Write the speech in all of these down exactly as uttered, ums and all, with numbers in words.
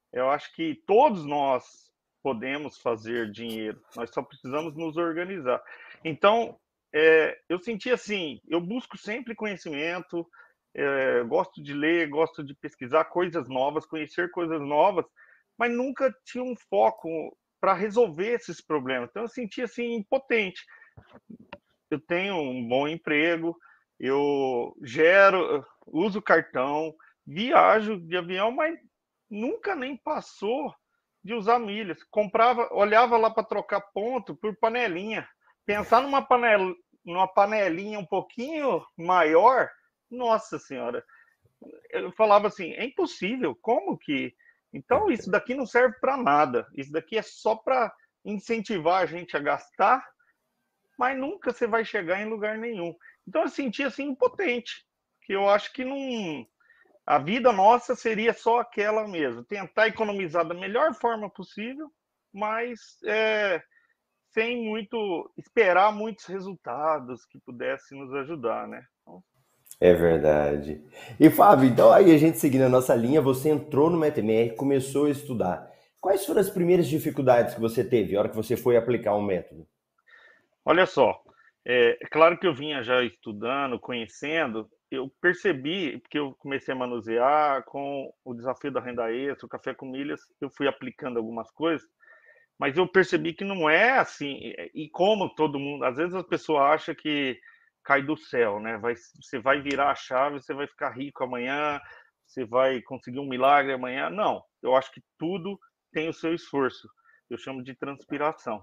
Eu acho que todos nós podemos fazer dinheiro, nós só precisamos nos organizar. Então, é, eu senti assim, eu busco sempre conhecimento, é, gosto de ler, gosto de pesquisar coisas novas, conhecer coisas novas, mas nunca tinha um foco para resolver esses problemas. Então, eu senti assim impotente. Eu tenho um bom emprego, eu gero, uso cartão, viajo de avião, mas nunca nem passou de usar milhas. Comprava, olhava lá para trocar ponto por panelinha. Pensar numa panela, numa panelinha um pouquinho maior, nossa senhora, eu falava assim, é impossível, como que? Então isso daqui não serve para nada. Isso daqui é só para incentivar a gente a gastar, mas nunca você vai chegar em lugar nenhum. Então eu senti assim impotente, que eu acho que não, a vida nossa seria só aquela mesmo, tentar economizar da melhor forma possível, mas é, sem muito esperar muitos resultados que pudessem nos ajudar, né? Então, É verdade. E Fábio, então aí a gente seguindo a nossa linha, você entrou no MetaMR, começou a estudar. Quais foram as primeiras dificuldades que você teve na hora que você foi aplicar o método? olha só, é, é claro que eu vinha já estudando, conhecendo, eu percebi, porque eu comecei a manusear com o desafio da renda extra, o café com milhas, eu fui aplicando algumas coisas, mas eu percebi que não é assim, e como todo mundo, às vezes a pessoa acha que cai do céu, né? Vai, você vai virar a chave, você vai ficar rico amanhã, você vai conseguir um milagre amanhã. Não, eu acho que tudo tem o seu esforço. Eu chamo de transpiração.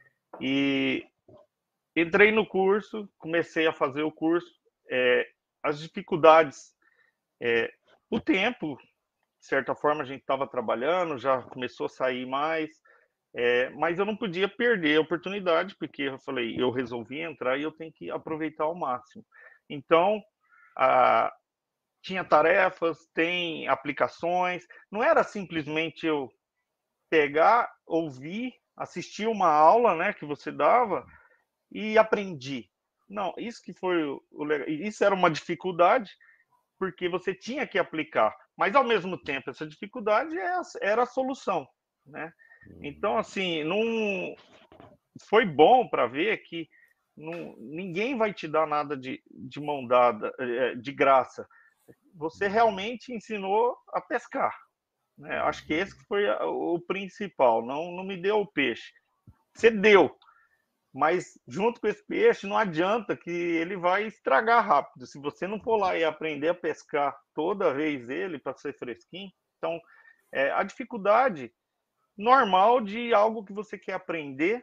E entrei no curso, comecei a fazer o curso, é, as dificuldades, é, o tempo, de certa forma a gente estava trabalhando, já começou a sair mais, é, mas eu não podia perder a oportunidade, porque eu falei, eu resolvi entrar e eu tenho que aproveitar ao máximo. Então, a, tinha tarefas, tem aplicações, não era simplesmente eu pegar, ouvir, assistir uma aula, né, que você dava e aprendi. Não, isso que foi o, o legal. Isso era uma dificuldade, porque você tinha que aplicar, mas ao mesmo tempo essa dificuldade era a solução, né? Então, assim, não foi bom para ver que não, ninguém vai te dar nada de, de mão dada, eh, de graça. Você realmente ensinou a pescar, né? Acho que esse foi o principal. Não, não me deu o peixe. Você deu, mas junto com esse peixe não adianta que ele vai estragar rápido. Se você não for lá e aprender a pescar toda vez ele para ser fresquinho, então é, a dificuldade normal de algo que você quer aprender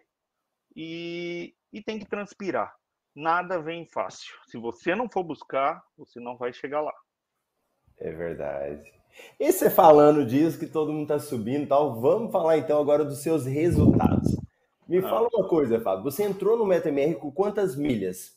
e, e tem que transpirar. Nada vem fácil. Se você não for buscar, você não vai chegar lá. É verdade. E você falando disso, que todo mundo está subindo e tal, vamos falar então agora dos seus resultados. Me Ah, fala uma coisa, Fábio. Você entrou no MetaMR com quantas milhas?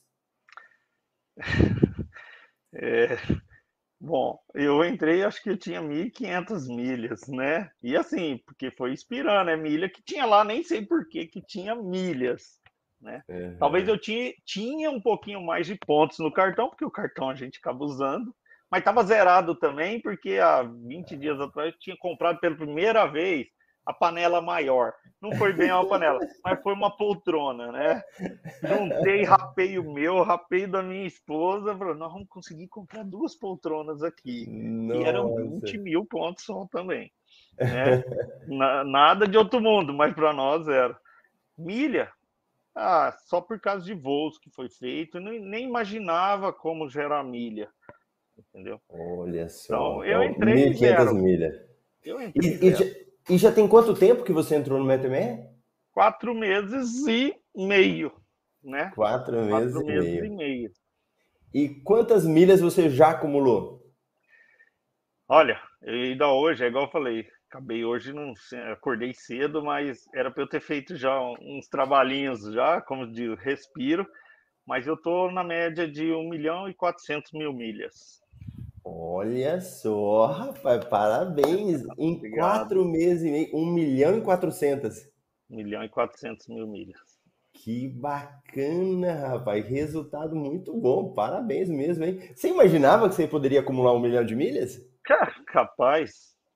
é, bom, eu entrei, acho que eu tinha mil e quinhentas milhas, né? E assim, porque foi inspirando, é milha que tinha lá, nem sei por que que tinha milhas, né? Talvez eu Uhum. tinha, tinha um pouquinho mais de pontos no cartão, porque o cartão a gente acaba usando, mas estava zerado também, porque há vinte dias atrás eu tinha comprado pela primeira vez a panela maior. Não foi bem uma panela, mas foi uma poltrona, né? Juntei, rapei o meu, rapei da minha esposa, falou, nós vamos conseguir comprar duas poltronas aqui. E eram vinte Nossa. mil pontos só também, né? Na, nada de outro mundo, mas para nós era. Milha, ah, só por causa de voos que foi feito, nem, nem imaginava como gerar milha, entendeu? Olha só. Então, eu Então, entrei mil e quinhentas zero. milhas. Eu entrei E, e, já, zero. e já tem quanto tempo que você entrou no MetaMR? Quatro meses e meio, né? Quatro Quatro meses e meses e meio. meio. E quantas milhas você já acumulou? Olha, ainda hoje, é igual eu falei, acabei hoje, não acordei cedo, mas era para eu ter feito já uns trabalhinhos já, como de respiro, mas eu tô na média de um milhão e quatrocentos mil milhas. Olha só, rapaz, parabéns. Em Obrigado. quatro meses e meio, um milhão e quatrocentas. Um milhão e quatrocentos mil milhas. Que bacana, rapaz. Resultado muito bom. Parabéns mesmo, hein? Você imaginava que você poderia acumular um milhão de milhas? Cara, capaz.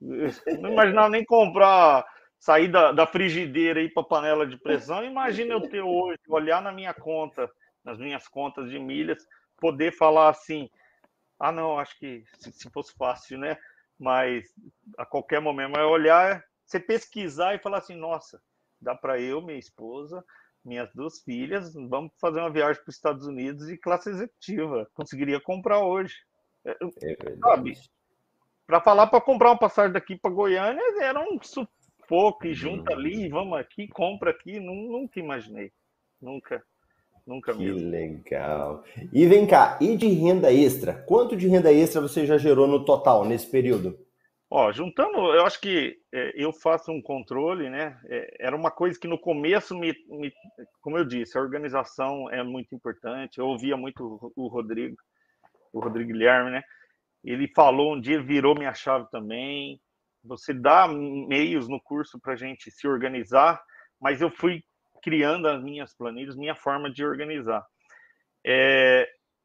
Não imaginava nem comprar, sair da, da frigideira e ir para a panela de pressão. Imagina eu ter hoje, olhar na minha conta, nas minhas contas de milhas, poder falar assim, ah, não, acho que se, se fosse fácil, né? Mas a qualquer momento, mas olhar, você pesquisar e falar assim, nossa, dá para eu, minha esposa, minhas duas filhas, vamos fazer uma viagem para os Estados Unidos e classe executiva. Conseguiria comprar hoje. É Sabe? verdade. Para falar para comprar uma passagem daqui para Goiânia era um sufoco e junta ali, Hum, vamos aqui, compra aqui. Nunca imaginei. Nunca, nunca que mesmo. legal. E vem cá, e de renda extra? Quanto de renda extra você já gerou no total nesse período? Ó, juntando, eu acho que é, eu faço um controle, né? É, era uma coisa que no começo me, me, como eu disse, a organização é muito importante. Eu ouvia muito o Rodrigo, o Rodrigo Guilherme, né? Ele falou um dia, virou minha chave também. Você dá meios no curso para a gente se organizar, mas eu fui criando as minhas planilhas, minha forma de organizar. É,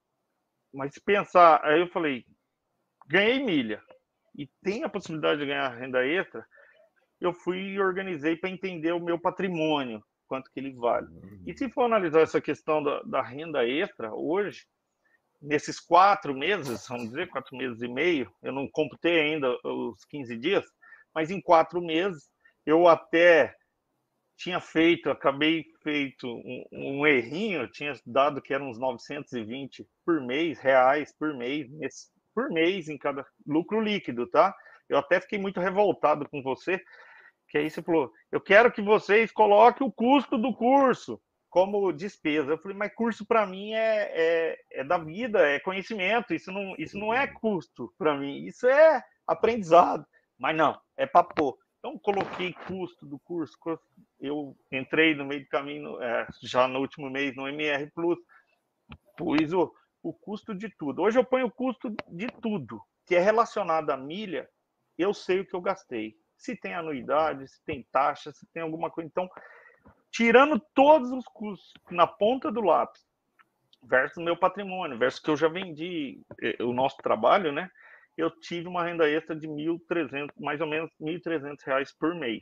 mas se pensar, aí eu falei, ganhei milha e tem a possibilidade de ganhar renda extra, eu fui e organizei para entender o meu patrimônio, quanto que ele vale. E se for analisar essa questão da, da renda extra, hoje, nesses quatro meses, vamos dizer, quatro meses e meio, eu não computei ainda os quinze dias, mas em quatro meses eu até tinha feito, acabei feito um, um errinho, tinha dado que eram uns novecentos e vinte por mês, reais por mês, por mês em cada lucro líquido, tá? Eu até fiquei muito revoltado com você, que aí você falou, eu quero que vocês coloquem o custo do curso como despesa. Eu falei, mas curso para mim é, é, é da vida, é conhecimento, isso não, isso não é custo para mim, isso é aprendizado. Mas não, é para pôr. Então, coloquei custo do curso, eu entrei no meio do caminho, é, já no último mês, no M R Plus, pus o, o custo de tudo. Hoje eu ponho o custo de tudo que é relacionado à milha, eu sei o que eu gastei. Se tem anuidade, se tem taxa, se tem alguma coisa. Então, tirando todos os custos na ponta do lápis, versus meu patrimônio, versus que eu já vendi o nosso trabalho, né? Eu tive uma renda extra de mil e trezentos, mais ou menos mil e trezentos reais por mês.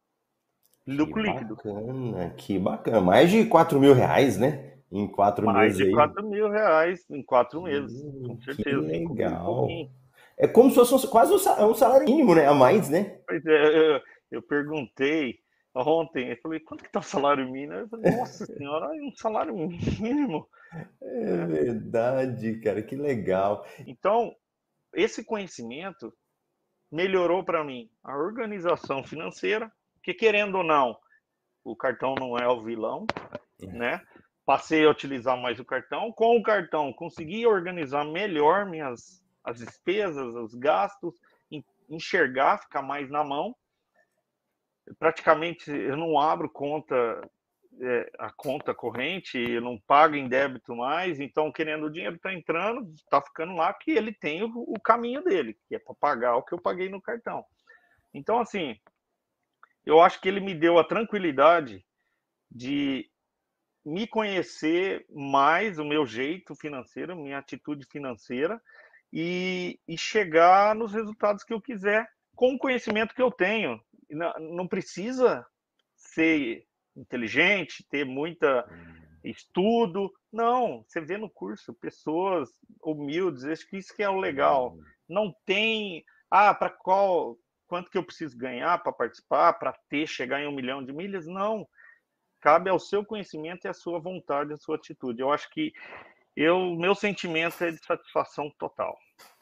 Que Lucro líquido. bacana, que bacana. Mais de quatro mil reais, né? Em quatro Mais meses de aí. quatro mil reais em quatro meses, com Hum, que certeza. Cinco mil e pouquinho. legal. É como se fosse um- quase um sa- um salário mínimo, né? A mais, né? Pois é, eu, eu perguntei ontem, eu falei, quanto que tá o salário mínimo? Eu falei, nossa senhora, é um salário mínimo, É né? verdade, cara, que legal. Então, esse conhecimento melhorou para mim a organização financeira, que querendo ou não, o cartão não é o vilão, né? Passei a utilizar mais o cartão. Com o cartão, consegui organizar melhor minhas as despesas, os gastos, enxergar, ficar mais na mão. Praticamente eu não abro conta, é, a conta corrente, eu não pago em débito mais, então querendo o dinheiro está entrando, está ficando lá que ele tem o, o caminho dele, que é para pagar o que eu paguei no cartão. Então, assim, eu acho que ele me deu a tranquilidade de me conhecer mais, o meu jeito financeiro, minha atitude financeira, e, e chegar nos resultados que eu quiser com o conhecimento que eu tenho. Não, não precisa ser inteligente, ter muita estudo. Não, você vê no curso pessoas humildes, acho que isso que é o legal. Não tem, ah, para qual, quanto que eu preciso ganhar para participar, para ter, chegar em um milhão de milhas? Não, cabe ao seu conhecimento e à sua vontade, à sua atitude. Eu acho que eu, meu sentimento é de satisfação total.